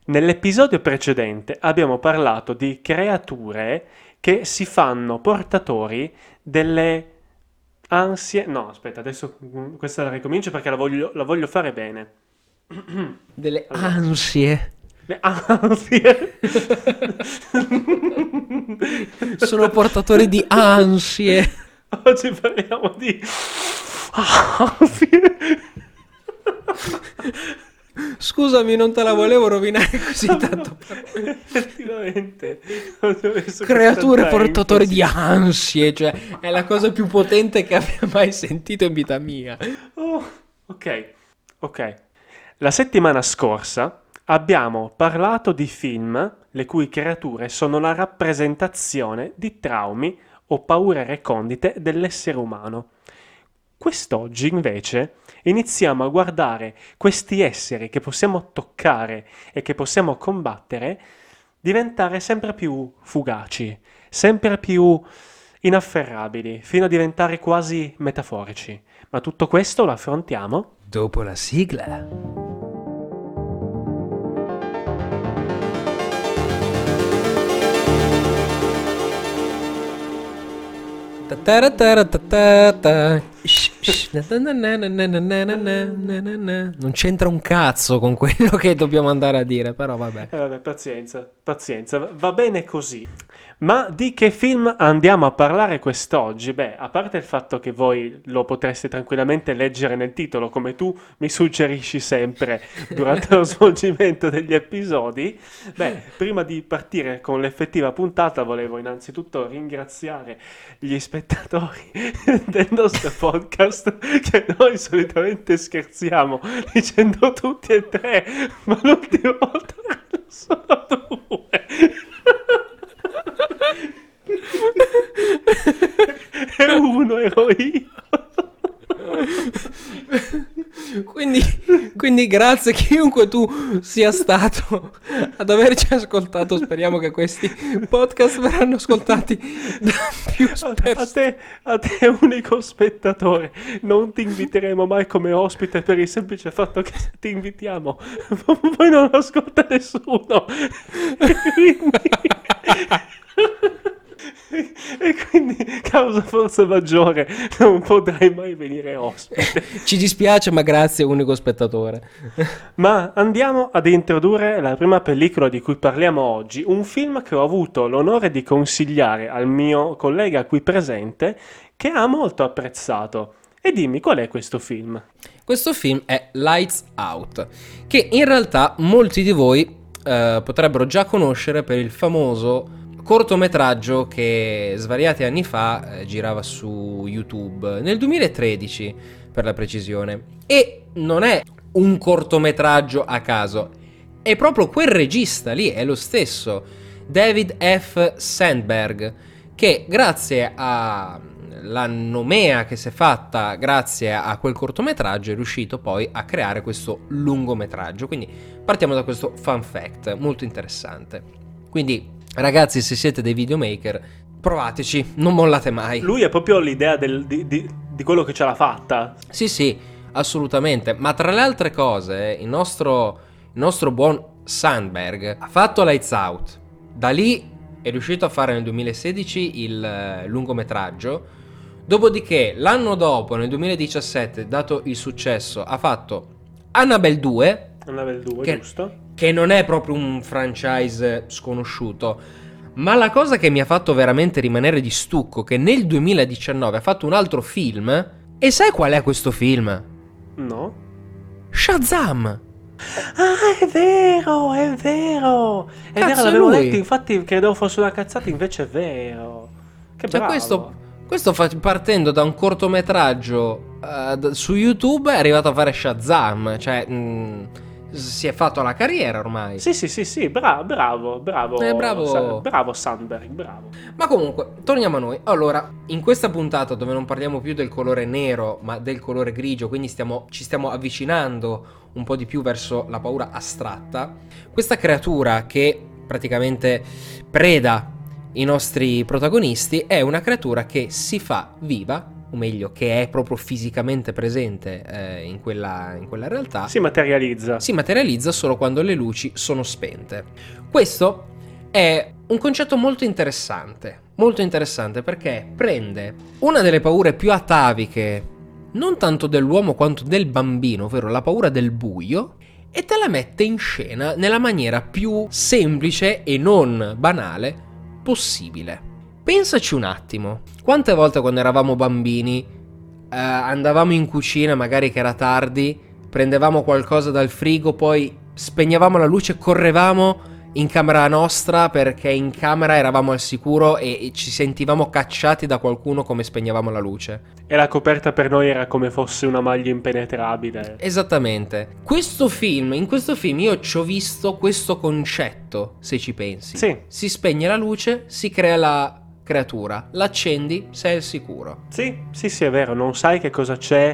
Nell'episodio precedente abbiamo parlato di creature che si fanno portatori delle ansie. No, aspetta, adesso questa la ricomincio perché la voglio fare bene. Delle Allora. ansie. Le ansie. Sono portatori di ansie. Oggi parliamo di ansie. Scusami, non te la volevo rovinare così tanto. Effettivamente. Ho messo Creature tanta portatori enfasi. di ansie, cioè è la cosa più potente che abbia mai sentito in vita mia. Oh, ok. La settimana scorsa abbiamo parlato di film le cui creature sono la rappresentazione di traumi o paure recondite dell'essere umano. Quest'oggi, invece, iniziamo a guardare questi esseri che possiamo toccare e che possiamo combattere diventare sempre più fugaci, sempre più inafferrabili, fino a diventare quasi metaforici. Ma tutto questo lo affrontiamo Dopo la sigla. Non c'entra un cazzo con quello che dobbiamo andare a dire, però vabbè. Vabbè, pazienza, va bene così. Ma di che film andiamo a parlare quest'oggi? Beh, a parte il fatto che voi lo potreste tranquillamente leggere nel titolo, come tu mi suggerisci sempre durante lo svolgimento degli episodi, beh, prima di partire con l'effettiva puntata, volevo innanzitutto ringraziare gli spettatori del nostro podcast, che noi solitamente scherziamo dicendo tutti e tre, ma l'ultima volta sono due. E uno ero io. Quindi grazie chiunque tu sia stato ad averci ascoltato. Speriamo che questi podcast verranno ascoltati da più persone. A te unico spettatore, non ti inviteremo mai come ospite per il semplice fatto che se ti invitiamo poi non ascolta nessuno. E quindi, causa forza maggiore, non potrai mai venire ospite. Ci dispiace, ma grazie unico spettatore. Ma andiamo ad introdurre la prima pellicola di cui parliamo oggi, un film che ho avuto l'onore di consigliare al mio collega qui presente, che ha molto apprezzato. E dimmi, qual è questo film? Questo film è Lights Out, che in realtà molti di voi potrebbero già conoscere per il famoso cortometraggio che svariati anni fa girava su YouTube, nel 2013 per la precisione. E non è un cortometraggio a caso, è proprio quel regista lì, è lo stesso, David F. Sandberg, che grazie alla nomea che si è fatta grazie a quel cortometraggio è riuscito poi a creare questo lungometraggio. Quindi partiamo da questo fun fact molto interessante. Quindi ragazzi, se siete dei videomaker, provateci, non mollate mai. Lui è proprio l'idea di quello che ce l'ha fatta. Sì, assolutamente. Ma tra le altre cose, il nostro buon Sandberg ha fatto Lights Out. Da lì è riuscito a fare nel 2016 il lungometraggio. Dopodiché, l'anno dopo, nel 2017, dato il successo, ha fatto Annabelle 2. Annabelle 2, giusto? Che non è proprio un franchise sconosciuto. Ma la cosa che mi ha fatto veramente rimanere di stucco, che nel 2019 ha fatto un altro film. E sai qual è questo film? No. Shazam! Ah, è vero, è vero. È Cazzo, vero, è l'avevo lui. letto, infatti credevo fosse una cazzata, invece è vero. Che Cioè bravo. questo partendo da un cortometraggio su YouTube è arrivato a fare Shazam. Cioè si è fatto la carriera ormai. Sì, bravo. Bravo. Bravo Sandberg, bravo. Ma comunque, torniamo a noi. Allora, in questa puntata dove non parliamo più del colore nero, ma del colore grigio, quindi ci stiamo avvicinando un po' di più verso la paura astratta, questa creatura che praticamente preda i nostri protagonisti è una creatura che si fa viva o meglio che è proprio fisicamente presente in quella realtà, Si materializza solo quando le luci sono spente. Questo è un concetto molto interessante perché prende una delle paure più ataviche, non tanto dell'uomo quanto del bambino, ovvero la paura del buio, e te la mette in scena nella maniera più semplice e non banale possibile. Pensaci un attimo, quante volte quando eravamo bambini andavamo in cucina, magari che era tardi, prendevamo qualcosa dal frigo, poi spegnevamo la luce, correvamo in camera nostra perché in camera eravamo al sicuro e ci sentivamo cacciati da qualcuno come spegnevamo la luce. e la coperta per noi era come fosse una maglia impenetrabile. Esattamente. In questo film io ci ho visto questo concetto, se ci pensi. Sì. Si spegne la luce, si crea la creatura, l'accendi, sei al sicuro. Sì, è vero, non sai che cosa c'è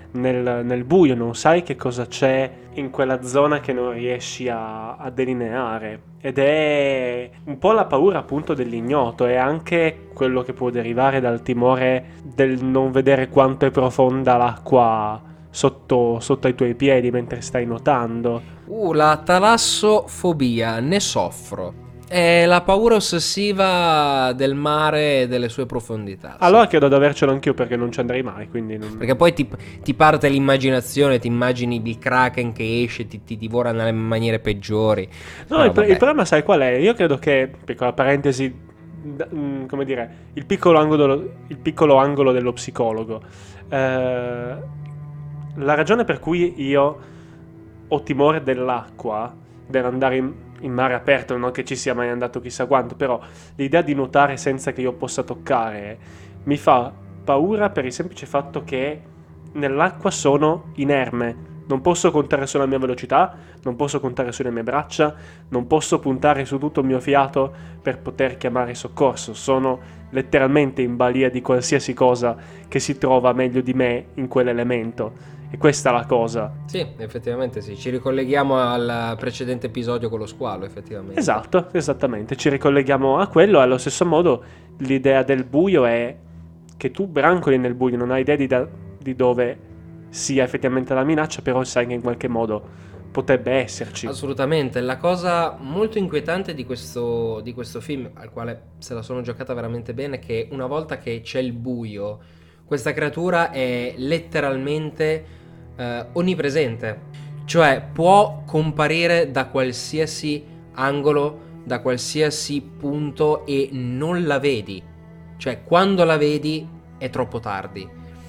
nel buio, non sai che cosa c'è in quella zona che non riesci a delineare. Ed è un po' la paura appunto dell'ignoto, è anche quello che può derivare dal timore del non vedere quanto è profonda l'acqua sotto ai tuoi piedi mentre stai nuotando. La talassofobia, ne soffro. È la paura ossessiva del mare e delle sue profondità. Allora chiedo ad avercelo anch'io perché non ci andrei mai, quindi non... Perché poi ti parte l'immaginazione, ti immagini il Kraken che esce, ti divora nelle maniere peggiori. No, il problema sai qual è? Io credo che, piccola parentesi, come dire, il piccolo angolo dello psicologo. La ragione per cui io ho timore dell'acqua, dell'andare in mare aperto, non che ci sia mai andato chissà quanto, però l'idea di nuotare senza che io possa toccare mi fa paura per il semplice fatto che nell'acqua sono inerme. Non posso contare sulla mia velocità, non posso contare sulle mie braccia, non posso puntare su tutto il mio fiato per poter chiamare soccorso. Sono letteralmente in balia di qualsiasi cosa che si trova meglio di me in quell'elemento. E questa è la cosa. Sì, effettivamente sì, ci ricolleghiamo al precedente episodio con lo squalo, effettivamente. Esatto, esattamente, ci ricolleghiamo a quello e allo stesso modo l'idea del buio è che tu brancoli nel buio, non hai idea di dove sia effettivamente la minaccia, però sai che in qualche modo potrebbe esserci. Assolutamente, la cosa molto inquietante di questo film, al quale se la sono giocata veramente bene, è che una volta che c'è il buio, questa creatura è letteralmente onnipresente, cioè può comparire da qualsiasi angolo, da qualsiasi punto e non la vedi, cioè quando la vedi è troppo tardi.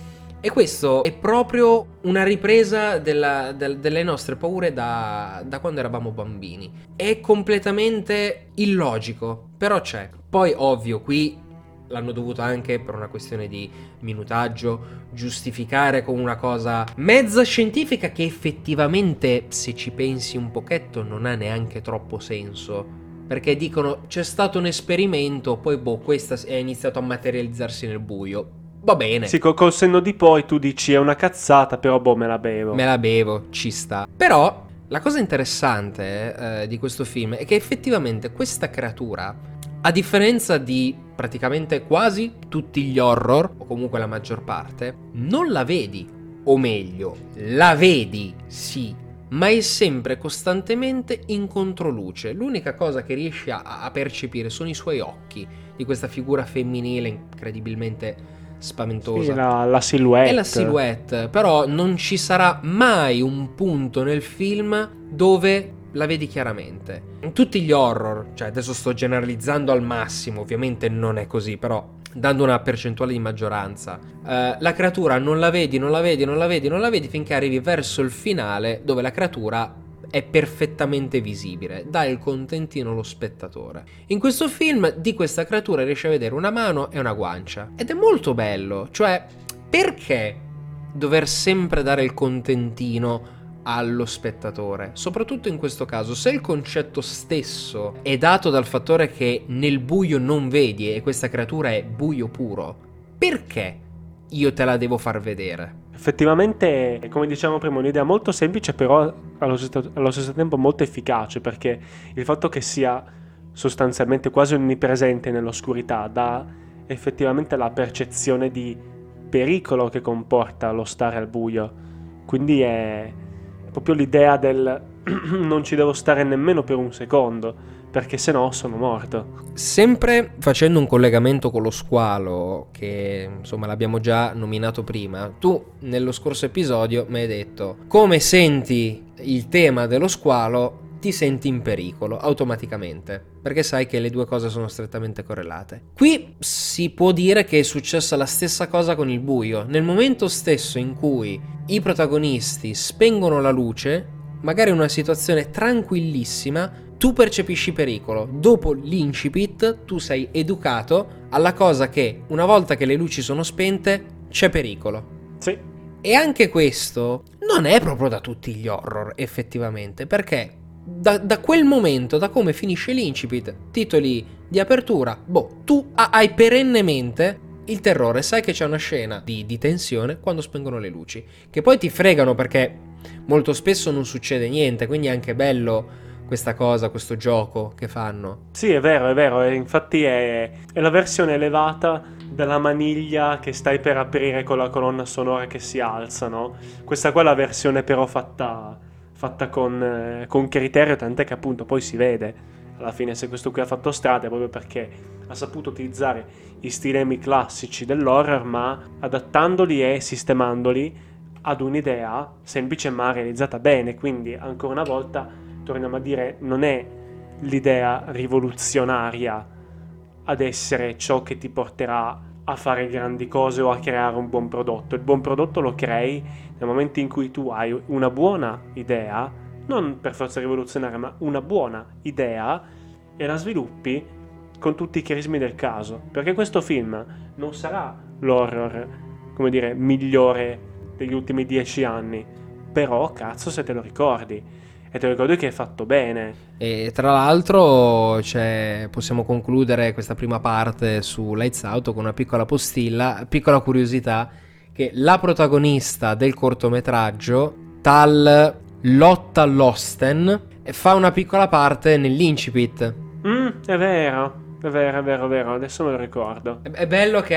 E questo è proprio una ripresa delle nostre paure da quando eravamo bambini. È completamente illogico, però c'è. Poi ovvio, qui l'hanno dovuto anche per una questione di minutaggio giustificare con una cosa mezza scientifica che effettivamente, se ci pensi un pochetto, non ha neanche troppo senso, perché dicono c'è stato un esperimento, poi questa è iniziato a materializzarsi nel buio. Va bene. Sì, col senno di poi tu dici è una cazzata, però me la bevo. Me la bevo, ci sta. Però la cosa interessante di questo film è che effettivamente questa creatura, a differenza di praticamente quasi tutti gli horror, o comunque la maggior parte, non la vedi, o meglio, la vedi, sì, ma è sempre costantemente in controluce. L'unica cosa che riesci a percepire sono i suoi occhi, di questa figura femminile incredibilmente spaventosa. Sì, la silhouette. È la silhouette, però non ci sarà mai un punto nel film dove la vedi chiaramente. In tutti gli horror, cioè adesso sto generalizzando al massimo, ovviamente non è così, però dando una percentuale di maggioranza, la creatura non la vedi finché arrivi verso il finale dove la creatura è perfettamente visibile, dà il contentino allo spettatore. In questo film di questa creatura riesci a vedere una mano e una guancia ed è molto bello, cioè perché dover sempre dare il contentino allo spettatore, soprattutto in questo caso, se il concetto stesso è dato dal fattore che nel buio non vedi e questa creatura è buio puro, perché io te la devo far vedere? Effettivamente, come dicevamo prima, un'idea molto semplice, però allo stesso tempo molto efficace, perché il fatto che sia sostanzialmente quasi onnipresente nell'oscurità dà effettivamente la percezione di pericolo che comporta lo stare al buio. Quindi è proprio l'idea del non ci devo stare nemmeno per un secondo, perché sennò sono morto. Sempre facendo un collegamento con lo squalo, che insomma l'abbiamo già nominato prima, tu nello scorso episodio mi hai detto: come senti il tema dello squalo ti senti in pericolo automaticamente, perché sai che le due cose sono strettamente correlate. Qui si può dire che è successa la stessa cosa con il buio. Nel momento stesso in cui i protagonisti spengono la luce, magari in una situazione tranquillissima, tu percepisci pericolo. Dopo l'incipit tu sei educato alla cosa che una volta che le luci sono spente c'è pericolo. Sì. E anche questo non è proprio da tutti gli horror, effettivamente, perché da quel momento, da come finisce l'incipit, titoli di apertura, tu hai perennemente il terrore. Sai che c'è una scena di tensione quando spengono le luci, che poi ti fregano perché molto spesso non succede niente, quindi è anche bello questa cosa, questo gioco che fanno. Sì, è vero, e infatti è la versione elevata della maniglia che stai per aprire con la colonna sonora che si alza, no? Questa qua è la versione però fatta con criterio, tant'è che appunto poi si vede alla fine se questo qui ha fatto strada, proprio perché ha saputo utilizzare gli stilemi classici dell'horror, ma adattandoli e sistemandoli ad un'idea semplice ma realizzata bene. Quindi ancora una volta torniamo a dire, non è l'idea rivoluzionaria ad essere ciò che ti porterà a fare grandi cose o a creare un buon prodotto. Il buon prodotto lo crei nel momento in cui tu hai una buona idea, non per forza rivoluzionaria, ma una buona idea, e la sviluppi con tutti i crismi del caso. Perché questo film non sarà l'horror, come dire, migliore degli ultimi 10 anni, però cazzo se te lo ricordi. E te lo ricordi che è fatto bene. E tra l'altro possiamo concludere questa prima parte su Lights Out con una piccola postilla, piccola curiosità, che la protagonista del cortometraggio, tal Lotta Losten, fa una piccola parte nell'incipit. È vero, adesso me lo ricordo. È bello che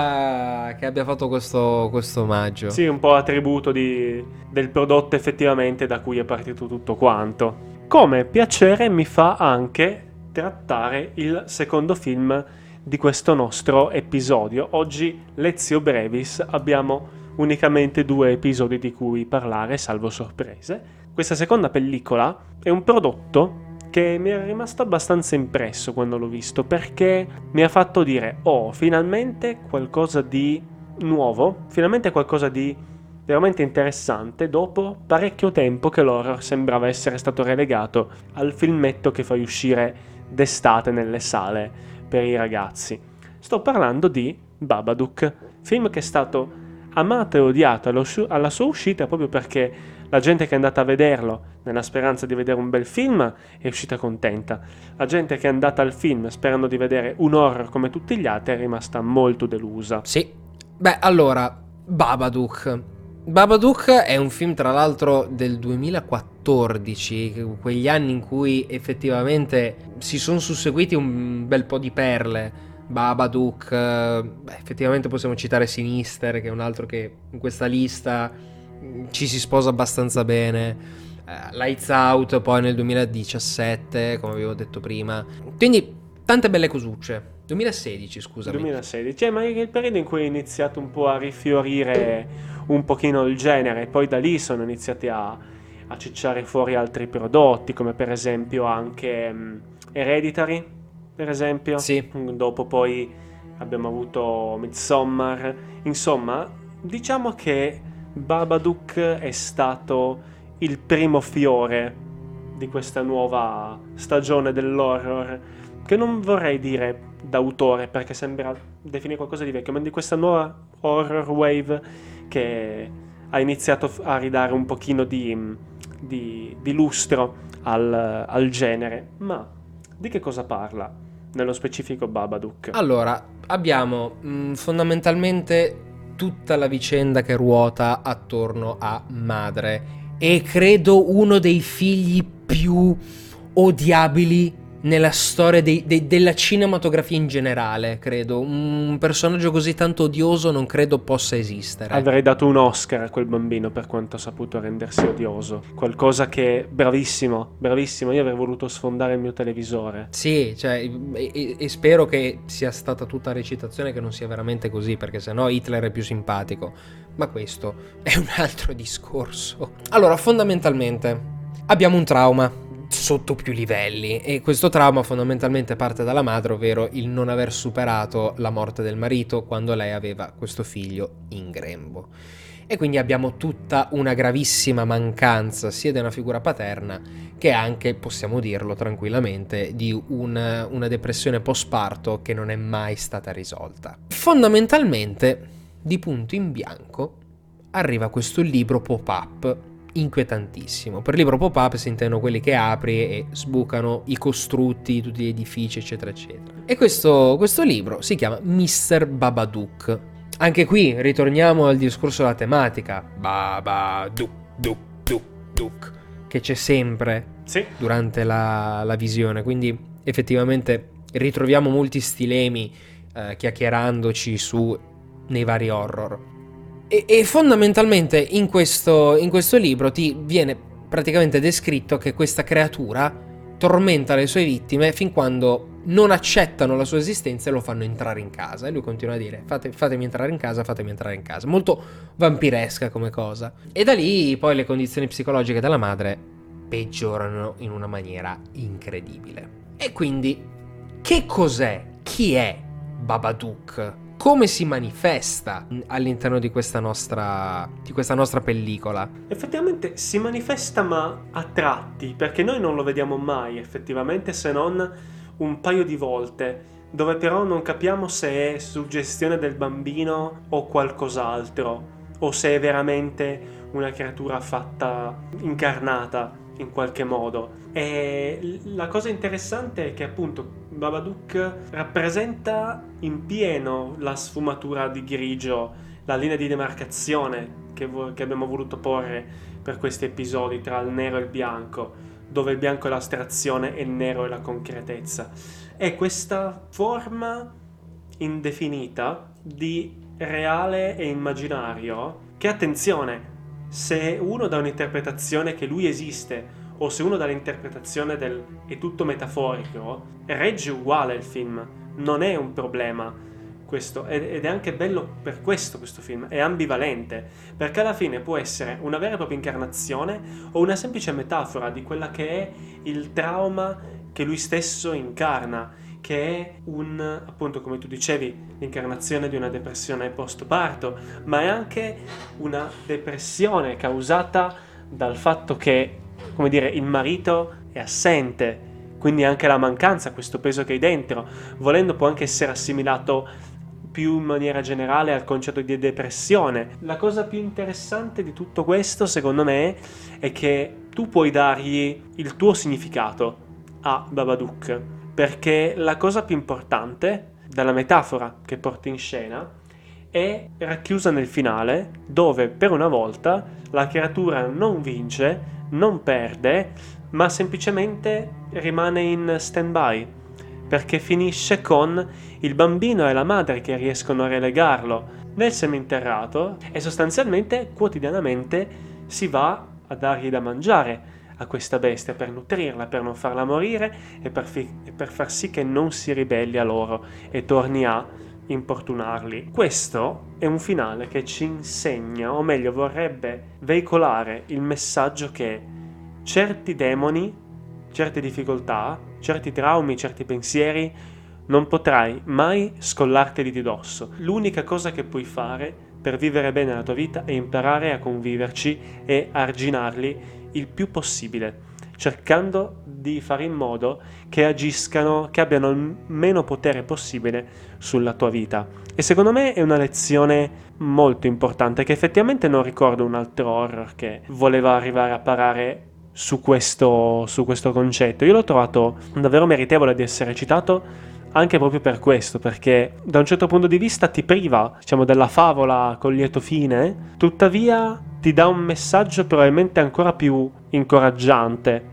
abbia fatto questo omaggio. Sì, un po' attributo del prodotto effettivamente da cui è partito tutto quanto. Come piacere mi fa anche trattare il secondo film di questo nostro episodio. Oggi, Lezio Brevis, abbiamo unicamente 2 episodi di cui parlare, salvo sorprese. Questa seconda pellicola è un prodotto che mi è rimasto abbastanza impresso quando l'ho visto, perché mi ha fatto dire: oh, finalmente qualcosa di nuovo, finalmente qualcosa di veramente interessante, dopo parecchio tempo che l'horror sembrava essere stato relegato al filmetto che fai uscire d'estate nelle sale per i ragazzi. Sto parlando di Babadook, film che è stato amato e odiato alla sua uscita, proprio perché la gente che è andata a vederlo nella speranza di vedere un bel film è uscita contenta. La gente che è andata al film sperando di vedere un horror come tutti gli altri è rimasta molto delusa. Sì. Beh, allora, Babadook è un film tra l'altro del 2014, quegli anni in cui effettivamente si sono susseguiti un bel po' di perle. Babadook, effettivamente possiamo citare Sinister, che è un altro che in questa lista ci si sposa abbastanza bene. Lights Out poi nel 2017, come avevo detto prima. Quindi tante belle cosucce. 2016, scusami. 2016, ma è il periodo in cui è iniziato un po' a rifiorire un pochino il genere, poi da lì sono iniziati a cicciare fuori altri prodotti, come per esempio anche Hereditary, per esempio. Sì. Dopo poi abbiamo avuto Midsommar. Insomma, diciamo che Babadook è stato il primo fiore di questa nuova stagione dell'horror, che non vorrei dire d'autore perché sembra definire qualcosa di vecchio, ma di questa nuova horror wave che ha iniziato a ridare un pochino di lustro al genere. Ma di che cosa parla nello specifico Babadook? Allora, abbiamo fondamentalmente tutta la vicenda che ruota attorno a madre, e credo uno dei figli più odiabili nella storia della cinematografia in generale, credo. Un personaggio così tanto odioso non credo possa esistere. Avrei dato un Oscar a quel bambino per quanto ha saputo rendersi odioso. Qualcosa che, bravissimo, bravissimo, io avrei voluto sfondare il mio televisore. Sì, cioè, e spero che sia stata tutta recitazione, che non sia veramente così, perché sennò Hitler è più simpatico. Ma questo è un altro discorso. Allora, fondamentalmente, abbiamo un trauma sotto più livelli, e questo trauma fondamentalmente parte dalla madre, ovvero il non aver superato la morte del marito quando lei aveva questo figlio in grembo. E quindi abbiamo tutta una gravissima mancanza sia di una figura paterna che anche, possiamo dirlo tranquillamente, di una depressione postparto che non è mai stata risolta. Fondamentalmente, di punto in bianco, arriva questo libro pop-up inquietantissimo. Per libro pop-up si intendono quelli che apri e sbucano i costrutti, tutti gli edifici, eccetera, eccetera. E questo libro si chiama Mr. Babadook. Anche qui ritorniamo al discorso della tematica. Babadook, Dook, che c'è sempre durante la visione. Quindi effettivamente ritroviamo molti stilemi chiacchierandoci nei vari horror. E fondamentalmente in questo libro ti viene praticamente descritto che questa creatura tormenta le sue vittime fin quando non accettano la sua esistenza e lo fanno entrare in casa. E lui continua a dire: fatemi entrare in casa, fatemi entrare in casa. Molto vampiresca come cosa. E da lì poi le condizioni psicologiche della madre peggiorano in una maniera incredibile. E quindi, che cos'è? Chi è Babadook? Come si manifesta all'interno di questa nostra pellicola? Effettivamente si manifesta, ma a tratti, perché noi non lo vediamo mai effettivamente, se non un paio di volte, dove però non capiamo se è suggestione del bambino o qualcos'altro, o se è veramente una creatura fatta, incarnata in qualche modo. E la cosa interessante è che appunto Babadook rappresenta in pieno la sfumatura di grigio, la linea di demarcazione che abbiamo voluto porre per questi episodi tra il nero e il bianco, dove il bianco è l'astrazione e il nero è la concretezza. È questa forma indefinita di reale e immaginario che, attenzione, se uno dà un'interpretazione che lui esiste o se uno dà l'interpretazione del è tutto metaforico, regge uguale il film, non è un problema questo, ed è anche bello per questo film, è ambivalente, perché alla fine può essere una vera e propria incarnazione o una semplice metafora di quella che è il trauma che lui stesso incarna, che è appunto come tu dicevi, l'incarnazione di una depressione post-parto, ma è anche una depressione causata dal fatto che, come dire, il marito è assente, quindi anche la mancanza, questo peso che hai dentro, volendo può anche essere assimilato più in maniera generale al concetto di depressione. La cosa più interessante di tutto questo, secondo me, è che tu puoi dargli il tuo significato a Babadook, perché la cosa più importante della metafora che porti in scena è racchiusa nel finale, dove per una volta la creatura non vince, non perde, ma semplicemente rimane in stand-by, perché finisce con il bambino e la madre che riescono a relegarlo nel seminterrato e sostanzialmente quotidianamente si va a dargli da mangiare a questa bestia per nutrirla, per non farla morire e per far sì che non si ribelli a loro e torni a importunarli. Questo è un finale che ci insegna, o meglio vorrebbe veicolare il messaggio che certi demoni, certe difficoltà, certi traumi, certi pensieri non potrai mai scollarteli di dosso. L'unica cosa che puoi fare per vivere bene la tua vita è imparare a conviverci e arginarli il più possibile, cercando di fare in modo che agiscano, che abbiano il meno potere possibile sulla tua vita. E secondo me è una lezione molto importante, che effettivamente non ricordo un altro horror che voleva arrivare a parare su questo concetto. Io l'ho trovato davvero meritevole di essere citato, anche proprio per questo, perché da un certo punto di vista ti priva, diciamo, della favola con lieto fine, tuttavia ti dà un messaggio probabilmente ancora più incoraggiante,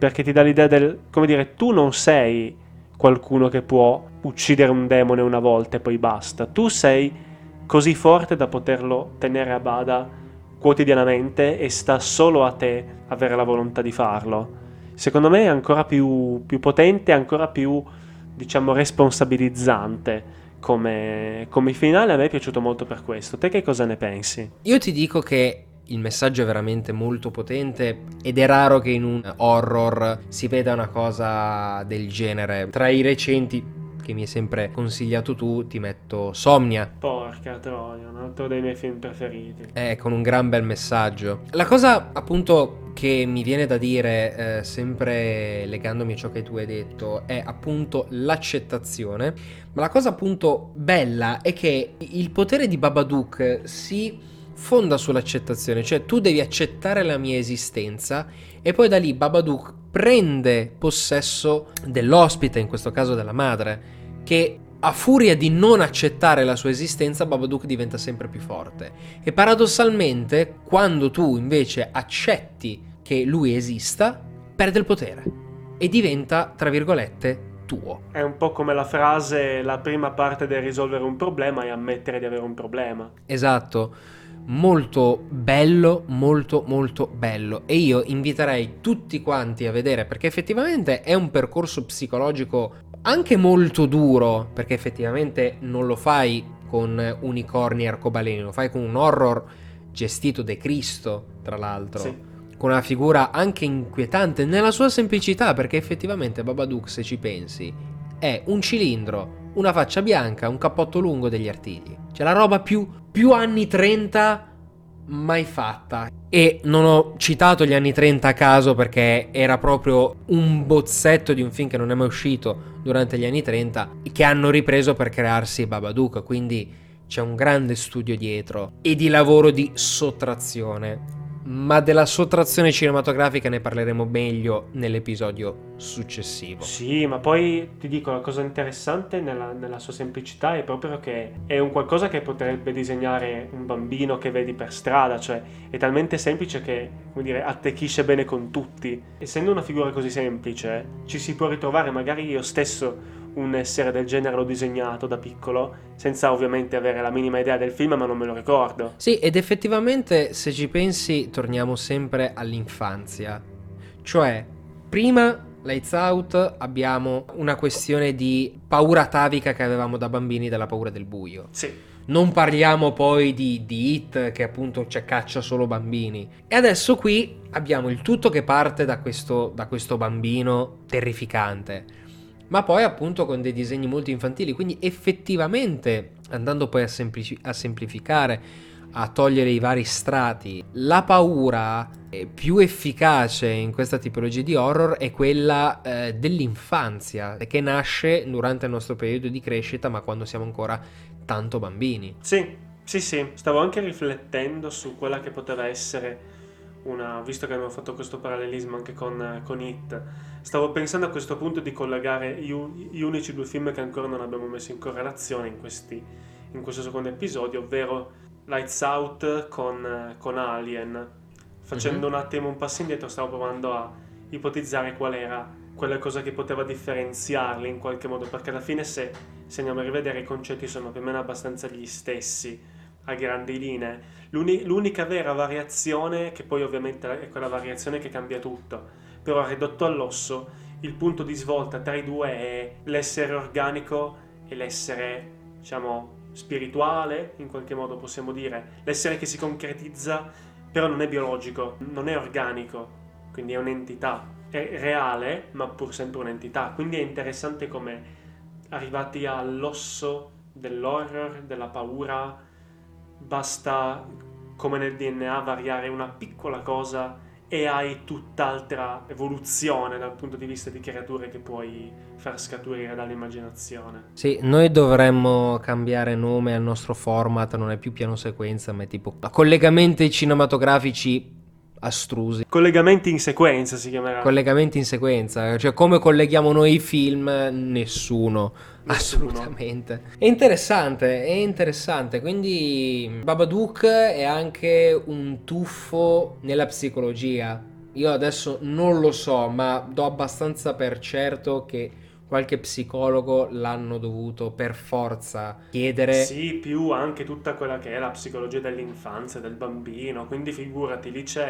perché ti dà l'idea come dire, tu non sei qualcuno che può uccidere un demone una volta e poi basta. Tu sei così forte da poterlo tenere a bada quotidianamente e sta solo a te avere la volontà di farlo. Secondo me è ancora più potente, ancora più, diciamo, responsabilizzante come finale. A me è piaciuto molto per questo. Te che cosa ne pensi? Io ti dico che il messaggio è veramente molto potente ed è raro che in un horror si veda una cosa del genere. Tra i recenti che mi hai sempre consigliato tu ti metto Somnia. Porca troia, un altro dei miei film preferiti. Con un gran bel messaggio. La cosa appunto che mi viene da dire, sempre legandomi a ciò che tu hai detto, è appunto l'accettazione. Ma la cosa appunto bella è che il potere di Babadook si fonda sull'accettazione, cioè tu devi accettare la mia esistenza e poi da lì Babadook prende possesso dell'ospite, in questo caso della madre, che a furia di non accettare la sua esistenza Babadook diventa sempre più forte. E paradossalmente, quando tu invece accetti che lui esista, perde il potere e diventa, tra virgolette, tuo. È un po' come la frase: la prima parte del risolvere un problema è ammettere di avere un problema. Esatto, molto bello, molto molto bello. E io inviterei tutti quanti a vedere, perché effettivamente è un percorso psicologico anche molto duro, perché effettivamente non lo fai con unicorni e arcobaleni, lo fai con un horror gestito da Cristo, tra l'altro. Sì. Con una figura anche inquietante nella sua semplicità, perché effettivamente Babadook, se ci pensi, è un cilindro, una faccia bianca, un cappotto lungo degli artigli. Cioè la roba più anni 30 mai fatta. E non ho citato gli anni 30 a caso perché era proprio un bozzetto di un film che non è mai uscito durante gli anni 30 che hanno ripreso per crearsi Babadook, quindi c'è un grande studio dietro e di lavoro di sottrazione. Ma della sottrazione cinematografica ne parleremo meglio nell'episodio successivo. Sì, ma poi ti dico, la cosa interessante nella sua semplicità è proprio che è un qualcosa che potrebbe disegnare un bambino che vedi per strada, cioè è talmente semplice che, come dire, attecchisce bene con tutti. Essendo una figura così semplice, ci si può ritrovare. Magari io stesso un essere del genere l'ho disegnato da piccolo, senza ovviamente avere la minima idea del film, ma non me lo ricordo. Sì, ed effettivamente, se ci pensi, torniamo sempre all'infanzia. Cioè, prima Lights Out abbiamo una questione di paura atavica che avevamo da bambini, della paura del buio. Sì. Non parliamo poi di It, che appunto caccia solo bambini. E adesso qui abbiamo il tutto che parte da questo bambino terrificante, ma poi appunto con dei disegni molto infantili. Quindi effettivamente, andando poi a semplificare, a togliere i vari strati, la paura più efficace in questa tipologia di horror è quella dell'infanzia, che nasce durante il nostro periodo di crescita, ma quando siamo ancora tanto bambini. Sì, stavo anche riflettendo su quella che poteva essere visto che abbiamo fatto questo parallelismo anche con It, stavo pensando a questo punto di collegare gli unici due film che ancora non abbiamo messo in correlazione in questo secondo episodio, ovvero Lights Out con Alien. Facendo un attimo un passo indietro, stavo provando a ipotizzare qual era quella cosa che poteva differenziarli in qualche modo, perché alla fine se andiamo a rivedere i concetti sono più o meno abbastanza gli stessi a grandi linee. L'unica vera variazione, che poi ovviamente è quella variazione che cambia tutto, però ridotto all'osso, il punto di svolta tra i due è l'essere organico e l'essere, diciamo, spirituale, in qualche modo possiamo dire, l'essere che si concretizza, però non è biologico, non è organico, quindi è un'entità, è reale, ma pur sempre un'entità. Quindi è interessante come, arrivati all'osso dell'horror, della paura, basta, come nel DNA, variare una piccola cosa e hai tutt'altra evoluzione dal punto di vista di creature che puoi far scaturire dall'immaginazione. Sì, noi dovremmo cambiare nome al nostro format, non è più piano sequenza, ma è tipo collegamenti cinematografici astrusi. Collegamenti in sequenza si chiamerà. Collegamenti in sequenza, cioè come colleghiamo noi i film, nessuno. Assolutamente. È interessante. Quindi Babadook è anche un tuffo nella psicologia, Io adesso non lo so, ma do abbastanza per certo che qualche psicologo l'hanno dovuto per forza chiedere. Sì, più anche tutta quella che è la psicologia dell'infanzia, del bambino, quindi figurati,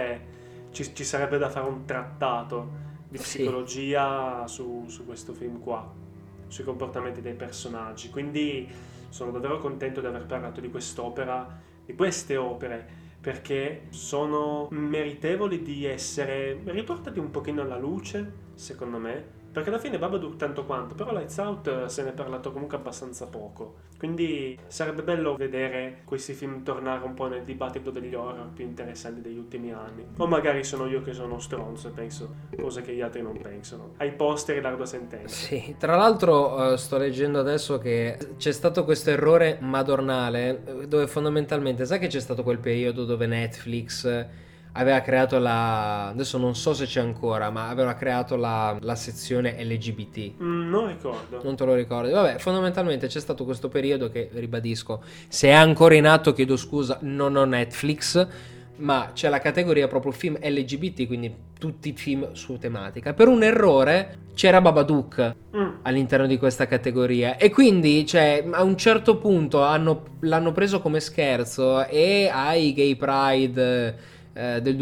ci sarebbe da fare un trattato di Sì, psicologia su questo film qua, sui comportamenti dei personaggi. Quindi sono davvero contento di aver parlato di quest'opera, di queste opere, perché sono meritevoli di essere riportati un pochino alla luce, secondo me. Perché alla fine Babadook tanto quanto, però Lights Out se ne è parlato comunque abbastanza poco. Quindi sarebbe bello vedere questi film tornare un po' nel dibattito degli horror più interessanti degli ultimi anni. O magari sono io che sono stronzo e penso cose che gli altri non pensano. Ai posteri l'ardua sentenza. sì. Tra l'altro sto leggendo adesso che c'è stato questo errore madornale dove fondamentalmente, sai che c'è stato quel periodo dove Netflix aveva creato adesso non so se c'è ancora, ma aveva creato la sezione LGBT. Non ricordo. Non te lo ricordi? Vabbè, fondamentalmente c'è stato questo periodo che, ribadisco, se è ancora in atto chiedo scusa, non ho Netflix, ma c'è la categoria proprio film LGBT, quindi tutti i film su tematica. Per un errore c'era Babadook all'interno di questa categoria e quindi, cioè, a un certo punto l'hanno preso come scherzo e ai Gay Pride del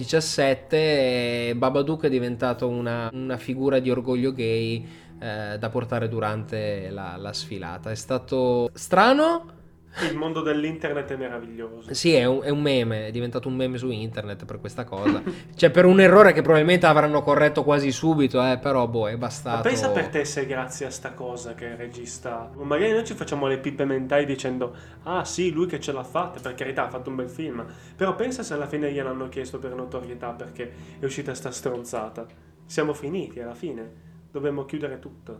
2017 Babadook è diventato una figura di orgoglio gay da portare durante la sfilata. È stato strano. Il mondo dell'internet è meraviglioso. Sì, è un meme, è diventato un meme su internet per questa cosa. Cioè, per un errore che probabilmente avranno corretto quasi subito, però boh, è Ma bastato. pensa per te se grazie a sta cosa che il regista... Magari noi ci facciamo le pippe mentali dicendo ah sì, lui che ce l'ha fatta, per carità ha fatto un bel film. Però pensa se alla fine gliel'hanno chiesto per notorietà perché è uscita sta stronzata. Siamo finiti alla fine. Dovremmo chiudere tutto.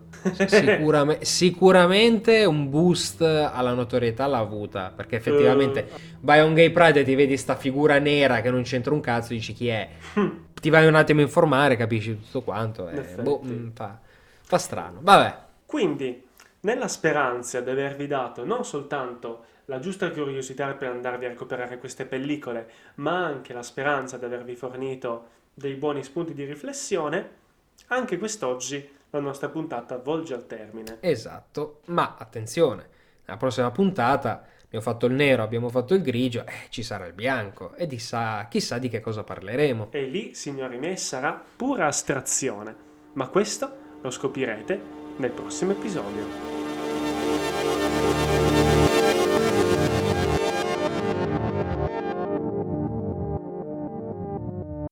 Sicuramente un boost alla notorietà l'ha avuta, perché effettivamente vai a un Gay Pride e ti vedi sta figura nera che non c'entra un cazzo, dici chi è? Ti vai un attimo a informare, capisci tutto quanto. Boh, fa strano. Vabbè. Quindi, nella speranza di avervi dato non soltanto la giusta curiosità per andarvi a recuperare queste pellicole, ma anche la speranza di avervi fornito dei buoni spunti di riflessione, anche quest'oggi la nostra puntata volge al termine. Esatto, ma attenzione, nella prossima puntata abbiamo fatto il nero, abbiamo fatto il grigio, ci sarà il bianco e chissà di che cosa parleremo. E lì, signori miei, sarà pura astrazione, ma questo lo scoprirete nel prossimo episodio.